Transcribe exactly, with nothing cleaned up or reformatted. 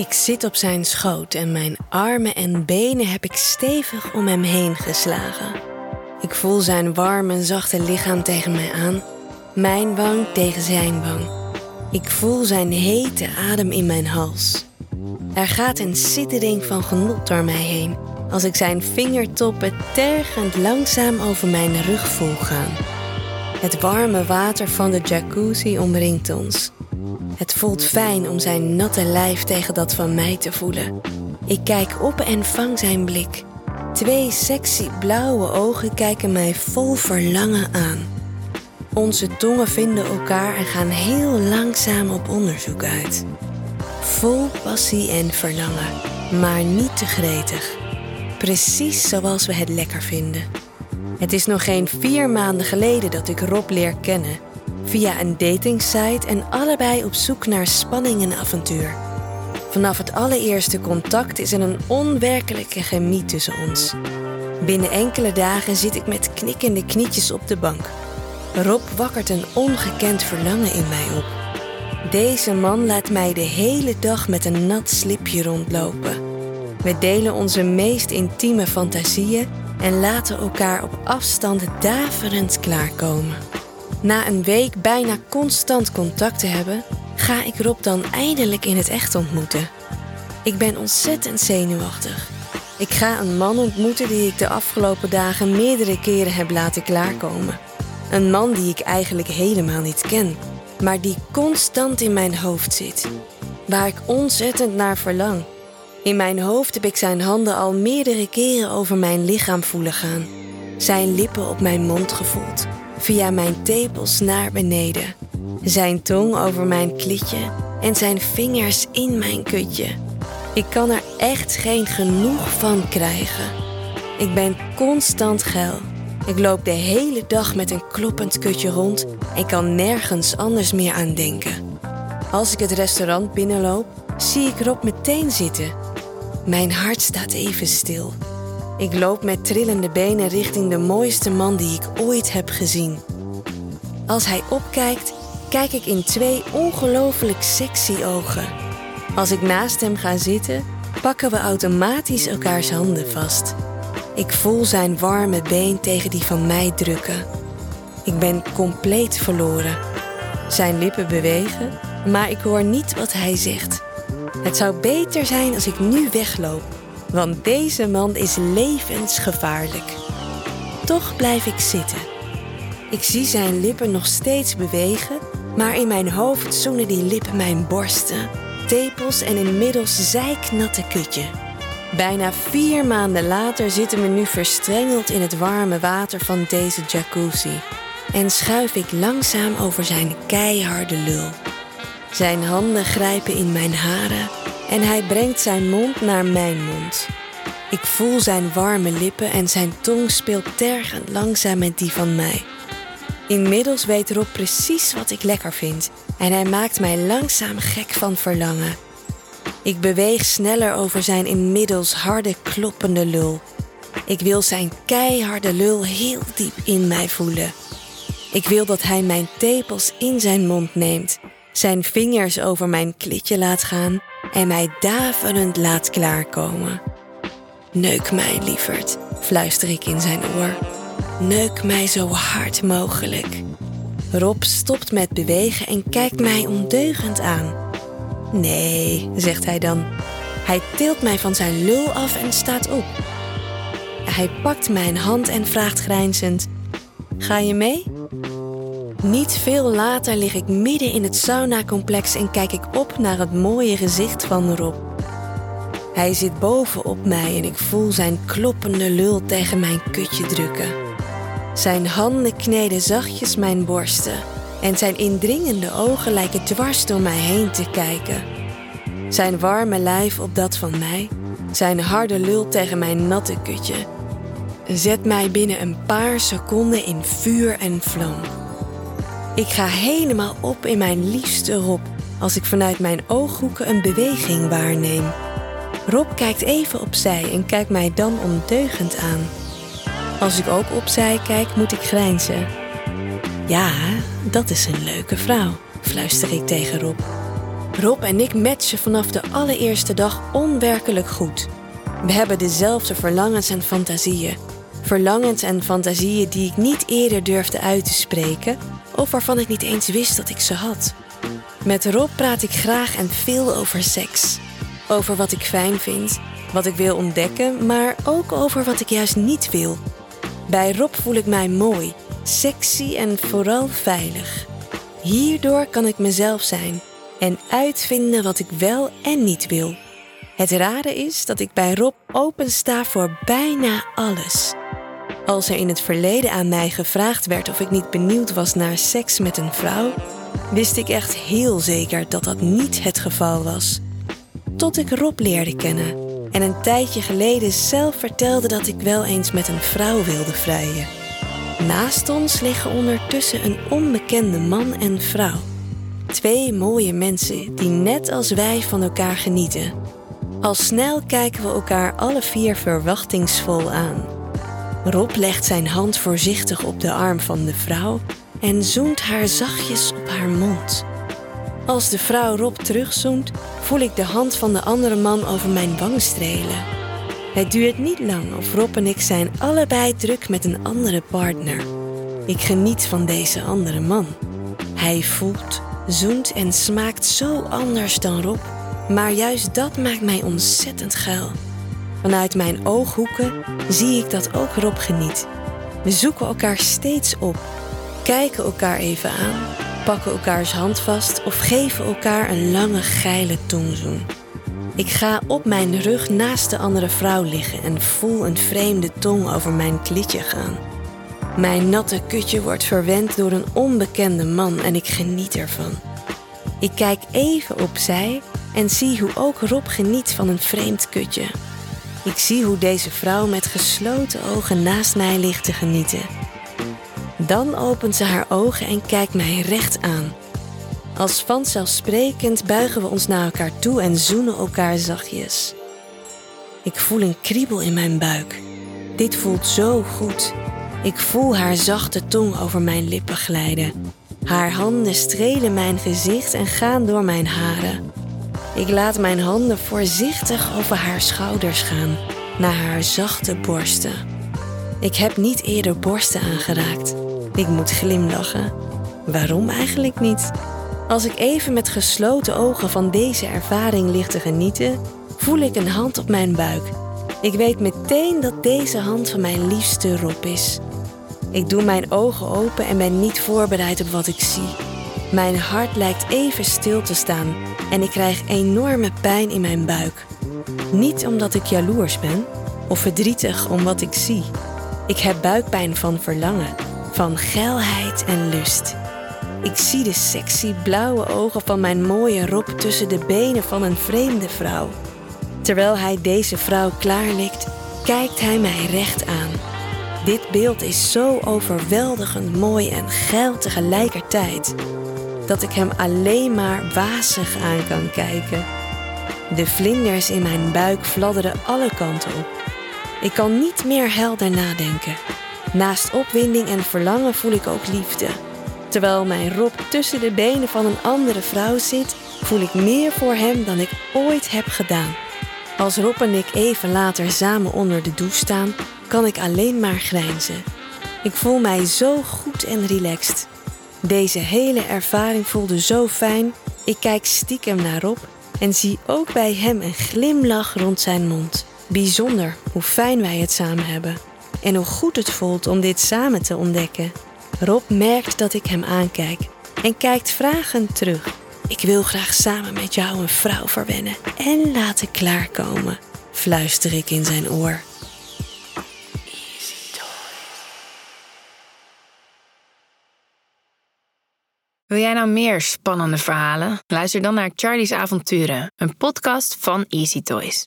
Ik zit op zijn schoot en mijn armen en benen heb ik stevig om hem heen geslagen. Ik voel zijn warm en zachte lichaam tegen mij aan, mijn wang tegen zijn wang. Ik voel zijn hete adem in mijn hals. Er gaat een siddering van genot door mij heen als ik zijn vingertoppen tergend langzaam over mijn rug voel gaan. Het warme water van de jacuzzi omringt ons. Het voelt fijn om zijn natte lijf tegen dat van mij te voelen. Ik kijk op en vang zijn blik. Twee sexy blauwe ogen kijken mij vol verlangen aan. Onze tongen vinden elkaar en gaan heel langzaam op onderzoek uit. Vol passie en verlangen, maar niet te gretig. Precies zoals we het lekker vinden. Het is nog geen vier maanden geleden dat ik Rob leer kennen. Via een datingsite en allebei op zoek naar spanning en avontuur. Vanaf het allereerste contact is er een onwerkelijke chemie tussen ons. Binnen enkele dagen zit ik met knikkende knietjes op de bank. Rob wakkert een ongekend verlangen in mij op. Deze man laat mij de hele dag met een nat slipje rondlopen. We delen onze meest intieme fantasieën en laten elkaar op afstand daverend klaarkomen. Na een week bijna constant contact te hebben, ga ik Rob dan eindelijk in het echt ontmoeten. Ik ben ontzettend zenuwachtig. Ik ga een man ontmoeten die ik de afgelopen dagen meerdere keren heb laten klaarkomen. Een man die ik eigenlijk helemaal niet ken, maar die constant in mijn hoofd zit. Waar ik ontzettend naar verlang. In mijn hoofd heb ik zijn handen al meerdere keren over mijn lichaam voelen gaan. Zijn lippen op mijn mond gevoeld. Via mijn tepels naar beneden. Zijn tong over mijn klitje en zijn vingers in mijn kutje. Ik kan er echt geen genoeg van krijgen. Ik ben constant geil. Ik loop de hele dag met een kloppend kutje rond en kan nergens anders meer aan denken. Als ik het restaurant binnenloop, zie ik Rob meteen zitten. Mijn hart staat even stil. Ik loop met trillende benen richting de mooiste man die ik ooit heb gezien. Als hij opkijkt, kijk ik in twee ongelooflijk sexy ogen. Als ik naast hem ga zitten, pakken we automatisch elkaars handen vast. Ik voel zijn warme been tegen die van mij drukken. Ik ben compleet verloren. Zijn lippen bewegen, maar ik hoor niet wat hij zegt. Het zou beter zijn als ik nu wegloop, want deze man is levensgevaarlijk. Toch blijf ik zitten. Ik zie zijn lippen nog steeds bewegen, maar in mijn hoofd zoenen die lippen mijn borsten, tepels en inmiddels zeiknatte kutje. Bijna vier maanden later zitten we nu verstrengeld in het warme water van deze jacuzzi en schuif ik langzaam over zijn keiharde lul. Zijn handen grijpen in mijn haren en hij brengt zijn mond naar mijn mond. Ik voel zijn warme lippen en zijn tong speelt tergend langzaam met die van mij. Inmiddels weet Rob precies wat ik lekker vind en hij maakt mij langzaam gek van verlangen. Ik beweeg sneller over zijn inmiddels harde, kloppende lul. Ik wil zijn keiharde lul heel diep in mij voelen. Ik wil dat hij mijn tepels in zijn mond neemt, zijn vingers over mijn klitje laat gaan en mij daverend laat klaarkomen. Neuk mij, lieverd, fluister ik in zijn oor. Neuk mij zo hard mogelijk. Rob stopt met bewegen en kijkt mij ondeugend aan. Nee, zegt hij dan. Hij tilt mij van zijn lul af en staat op. Hij pakt mijn hand en vraagt grijnzend: ga je mee? Niet veel later lig ik midden in het saunacomplex en kijk ik op naar het mooie gezicht van Rob. Hij zit bovenop mij en ik voel zijn kloppende lul tegen mijn kutje drukken. Zijn handen kneden zachtjes mijn borsten en zijn indringende ogen lijken dwars door mij heen te kijken. Zijn warme lijf op dat van mij, zijn harde lul tegen mijn natte kutje, zet mij binnen een paar seconden in vuur en vlam. Ik ga helemaal op in mijn liefste Rob als ik vanuit mijn ooghoeken een beweging waarneem. Rob kijkt even opzij en kijkt mij dan ondeugend aan. Als ik ook opzij kijk, moet ik grijnzen. Ja, dat is een leuke vrouw, fluister ik tegen Rob. Rob en ik matchen vanaf de allereerste dag onwerkelijk goed. We hebben dezelfde verlangens en fantasieën. Verlangens en fantasieën die ik niet eerder durfde uit te spreken of waarvan ik niet eens wist dat ik ze had. Met Rob praat ik graag en veel over seks. Over wat ik fijn vind, wat ik wil ontdekken, maar ook over wat ik juist niet wil. Bij Rob voel ik mij mooi, sexy en vooral veilig. Hierdoor kan ik mezelf zijn en uitvinden wat ik wel en niet wil. Het rare is dat ik bij Rob opensta voor bijna alles. Als er in het verleden aan mij gevraagd werd of ik niet benieuwd was naar seks met een vrouw, wist ik echt heel zeker dat dat niet het geval was. Tot ik Rob leerde kennen en een tijdje geleden zelf vertelde dat ik wel eens met een vrouw wilde vrijen. Naast ons liggen ondertussen een onbekende man en vrouw. Twee mooie mensen die net als wij van elkaar genieten. Al snel kijken we elkaar alle vier verwachtingsvol aan. Rob legt zijn hand voorzichtig op de arm van de vrouw en zoent haar zachtjes op haar mond. Als de vrouw Rob terugzoent, voel ik de hand van de andere man over mijn wang strelen. Het duurt niet lang of Rob en ik zijn allebei druk met een andere partner. Ik geniet van deze andere man. Hij voelt, zoent en smaakt zo anders dan Rob, maar juist dat maakt mij ontzettend geil. Vanuit mijn ooghoeken zie ik dat ook Rob geniet. We zoeken elkaar steeds op, kijken elkaar even aan, pakken elkaars hand vast of geven elkaar een lange geile tongzoen. Ik ga op mijn rug naast de andere vrouw liggen en voel een vreemde tong over mijn klitje gaan. Mijn natte kutje wordt verwend door een onbekende man en ik geniet ervan. Ik kijk even opzij en zie hoe ook Rob geniet van een vreemd kutje. Ik zie hoe deze vrouw met gesloten ogen naast mij ligt te genieten. Dan opent ze haar ogen en kijkt mij recht aan. Als vanzelfsprekend buigen we ons naar elkaar toe en zoenen elkaar zachtjes. Ik voel een kriebel in mijn buik. Dit voelt zo goed. Ik voel haar zachte tong over mijn lippen glijden. Haar handen strelen mijn gezicht en gaan door mijn haren. Ik laat mijn handen voorzichtig over haar schouders gaan, naar haar zachte borsten. Ik heb niet eerder borsten aangeraakt. Ik moet glimlachen. Waarom eigenlijk niet? Als ik even met gesloten ogen van deze ervaring lig te genieten, voel ik een hand op mijn buik. Ik weet meteen dat deze hand van mijn liefste Rob is. Ik doe mijn ogen open en ben niet voorbereid op wat ik zie. Mijn hart lijkt even stil te staan en ik krijg enorme pijn in mijn buik. Niet omdat ik jaloers ben of verdrietig om wat ik zie. Ik heb buikpijn van verlangen, van geilheid en lust. Ik zie de sexy blauwe ogen van mijn mooie Rob tussen de benen van een vreemde vrouw. Terwijl hij deze vrouw klaarlikt, kijkt hij mij recht aan. Dit beeld is zo overweldigend mooi en geil tegelijkertijd, dat ik hem alleen maar wazig aan kan kijken. De vlinders in mijn buik fladderen alle kanten op. Ik kan niet meer helder nadenken. Naast opwinding en verlangen voel ik ook liefde. Terwijl mijn Rob tussen de benen van een andere vrouw zit, voel ik meer voor hem dan ik ooit heb gedaan. Als Rob en ik even later samen onder de douche staan, kan ik alleen maar grijnzen. Ik voel mij zo goed en relaxed. Deze hele ervaring voelde zo fijn. Ik kijk stiekem naar Rob en zie ook bij hem een glimlach rond zijn mond. Bijzonder hoe fijn wij het samen hebben. En hoe goed het voelt om dit samen te ontdekken. Rob merkt dat ik hem aankijk en kijkt vragend terug. Ik wil graag samen met jou een vrouw verwennen en laten klaarkomen, fluister ik in zijn oor. Wil jij nou meer spannende verhalen? Luister dan naar Charlie's Avonturen, een podcast van Easy Toys.